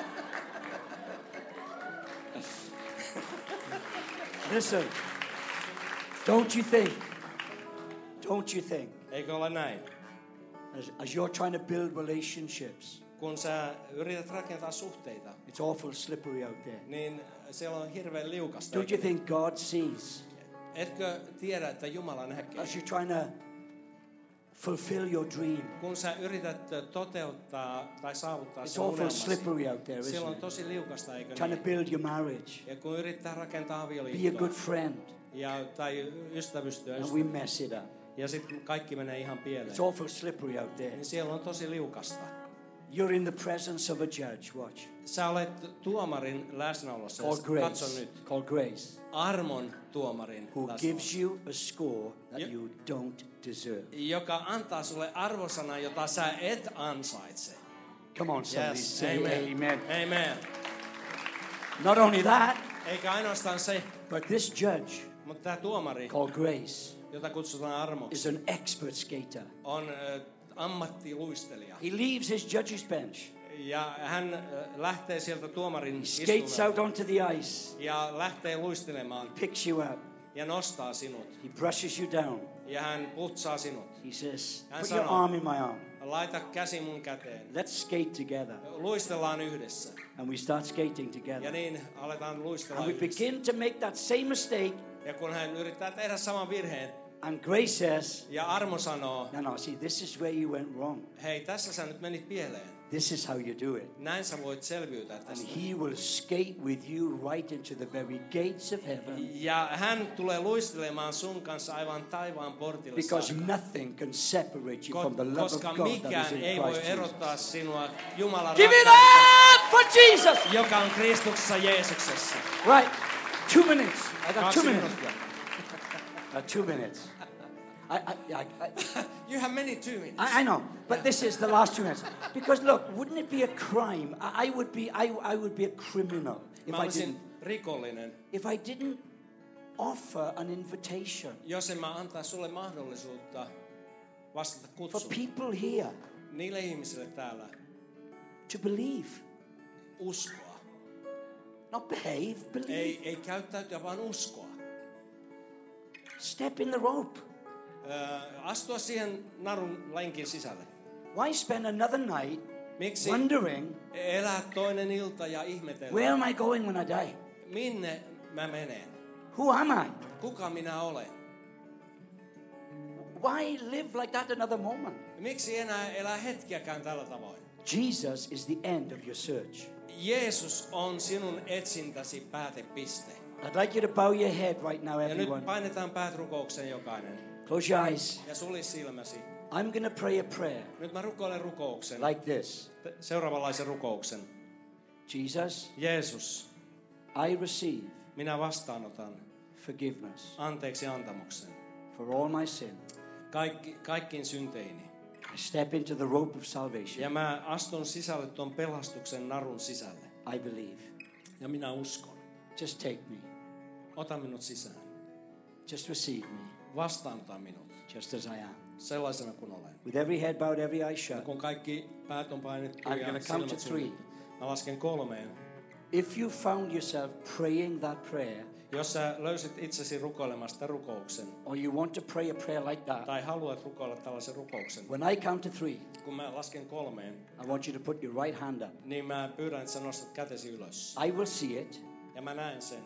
Listen, don't you think? Don't you think? Eikö ole näin? As, as you're trying to build relationships, Kun sä yrität rakentaa suhteita, it's awful slippery out there. niin siellä on hirveän liukasta. Don't eikö you niin? think God sees Etkö tiedä, että Jumala näkee? as you're trying to fulfill your dream? Kun sä yrität toteuttaa tai saavuttaa It's sen awful unelmasi, slippery out there, siellä on isn't it? tosi liukasta, eikö Trying to niin? build your marriage, Ja kun yrittää rakentaa be a avioliittoa good friend, ja, tai ystävystyä, and we mess it up. ja sitten kaikki menee ihan pieleen, It's awful slippery out there. niin siellä on tosi liukasta. You're in the presence of a judge. Watch. Sä olet tuomarin läsnäolossa. Called Katso grace. nyt. Called grace. Armon tuomarin Who läsnäolossa, gives you a score that Yep. you don't deserve. joka antaa sulle arvosana, jota sä et ansaitse. Come on, somebody Yes, say amen. amen. Amen. Not only that, Eikä ainoastaan se, but this judge mutta tämä tuomari, called grace jota kutsutaan armoksi, is an expert skater. on äh, ammattiluistelija. He leaves his judge's bench. Ja hän äh, lähtee sieltä tuomarin He skates out istumelta onto the ice. ja lähtee luistelemaan Picks you up. ja nostaa sinut. He brushes you down. Ja hän putsaa sinut. He says, Hän put your sanoo, arm in my arm. laita käsi mun käteen. Let's skate together. Luistellaan yhdessä. And we start skating Ja together. niin aletaan luistella And we yhdessä. begin to make that same mistake. Ja kun hän yrittää tehdä saman virheen, And grace says, ja armo sanoo, no, no, see, this is where you went wrong. hei, tässä sä nyt menit pieleen. This is how you do it. Näin sä voit selviytyä And tästä. he will skate with you right into the very gates of heaven. Ja hän tulee luistelemaan sun kanssa aivan taivaan portille Because saakka. nothing can separate you from the Ko- love of Koska God that is mikään in ei voi Christ Jesus. erottaa sinua Jumalan Give it rakkaudesta, up for Jesus! joka on Kristuksessa Jeesuksessa. Right, two minutes. I got two Kaksi minutes. minuuttia. I got two minutes. I, I, I, I, You have many two minutes. I, I know, but this is the last two minutes. Because look, wouldn't it be a crime? I, I would be, I, I would be a criminal if Mä I olisin didn't rikollinen, if I didn't offer an invitation jos en mä antaa sulle mahdollisuutta vastata for kutsuun people here niille ihmisille täällä to believe, uskoa. not behave, believe. Ei, ei käyttäytyä, vaan uskoa. Step in the rope. Ö, astua siihen narun lenkin sisälle. Why spend another night Miksi wondering, elää toinen ilta ja ihmetellä, where am I going when I die? minne mä menen? Who am I? Kuka minä olen? Why live like that another moment? Miksi enää elää hetkiäkään tällä tavoin? Jesus is the end of your search. Jeesus on sinun etsintäsi päätepiste. I'd like you to bow your head right now, Ja nyt everyone. painetaan päät rukoukseen jokainen. Close your eyes. Ja suli silmäsi. I'm going to pray a prayer Nyt mä rukoilen rukouksen. like this. Seuraavanlaisen rukouksen. Jesus, Jeesus, I receive minä vastaanotan forgiveness anteeksi antamuksen. for all my sin. Kaikki, kaikkiin synteini. I step into the rope of salvation. Ja mä astun sisälle tuon pelastuksen narun sisälle. I believe. Ja minä uskon. Just take me. Ota minut sisään. Just receive me Vastaanota minut. just as I am. Sellaisena kuin olen. With every head bowed, every eye Ja shut. kun kaikki päät on painettu I'm ja gonna count to silmät three. suljettu. Mä lasken kolmeen. If you found yourself praying that prayer, Jos sä löysit itsesi rukoilemasta rukouksen, or you want to pray a prayer like that, tai haluat rukoilla tällaisen rukouksen, when I count to three, kun mä lasken kolmeen, I want you to put your right hand up. niin mä pyydän, että sä nostat kätesi ylös. I will see it, Ja mä näen sen.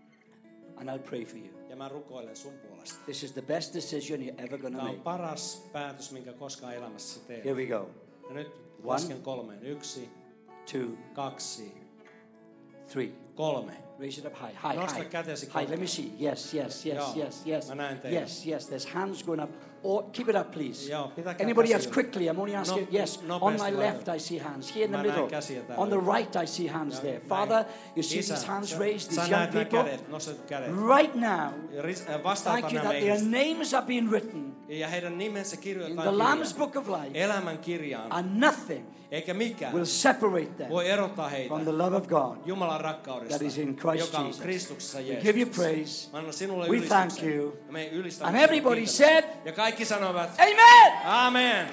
and I'll pray for you. Ja mä rukoilen sun puolesta. This is the best decision you're ever going to Tämä on make. paras päätös, minkä koskaan elämässä teet. Here we go. Ja nyt One. lasken kolmeen. Yksi, Two, kaksi, three. kolme. Raise it up high. High, Nosta high. kätesi High, let me see. Yes, yes, yes, Joo. yes, yes. Mä näen teidän. Yes, yes. There's hands going up. Or keep it up, please. Joo, pitäkää Anybody käsi else ylös. quickly? I'm only asking. No- yes. On nopeasti my laita. left, I see hands. Here in the Mä näen middle. käsiä täällä. On the right, I see hands Ja there. näin. Father, you see Isä, these hands sä- raised, sä these young näet nämä people. kädet, nostetut kädet. Right now, Ja ris- äh, vastaanota thank you nämä that their ihmiset. names are being written Ja heidän nimensä in kirjoitetaan the Lamb's kirjaan. book of life, Elämän kirjaan. and nothing Eikä mikään will separate them voi erottaa heitä from the love of God Jumalan rakkaudesta, that is in Christ joka on Jesus. Kristuksessa We Jeesuksessa. give you praise. Mä annan sinulle We ylistyksen. thank you. Ja me ylistämme And sinua, everybody kiitämme. said, Ja kaikki sanovat, Amen! Amen.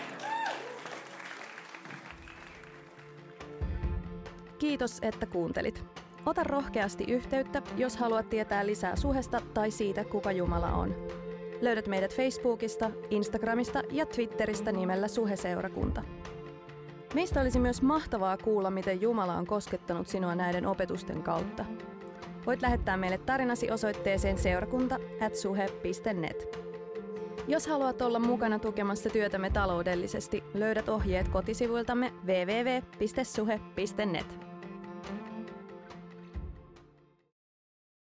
Kiitos, että kuuntelit. Ota rohkeasti yhteyttä, jos haluat tietää lisää Suhesta tai siitä, kuka Jumala on. Löydät meidät Facebookista, Instagramista ja Twitteristä nimellä Suhe-seurakunta. Meistä olisi myös mahtavaa kuulla, miten Jumala on koskettanut sinua näiden opetusten kautta. Voit lähettää meille tarinasi osoitteeseen seurakunta at suhe piste net. Jos haluat olla mukana tukemassa työtämme taloudellisesti, löydät ohjeet kotisivuiltamme double-u double-u double-u piste suhe piste net.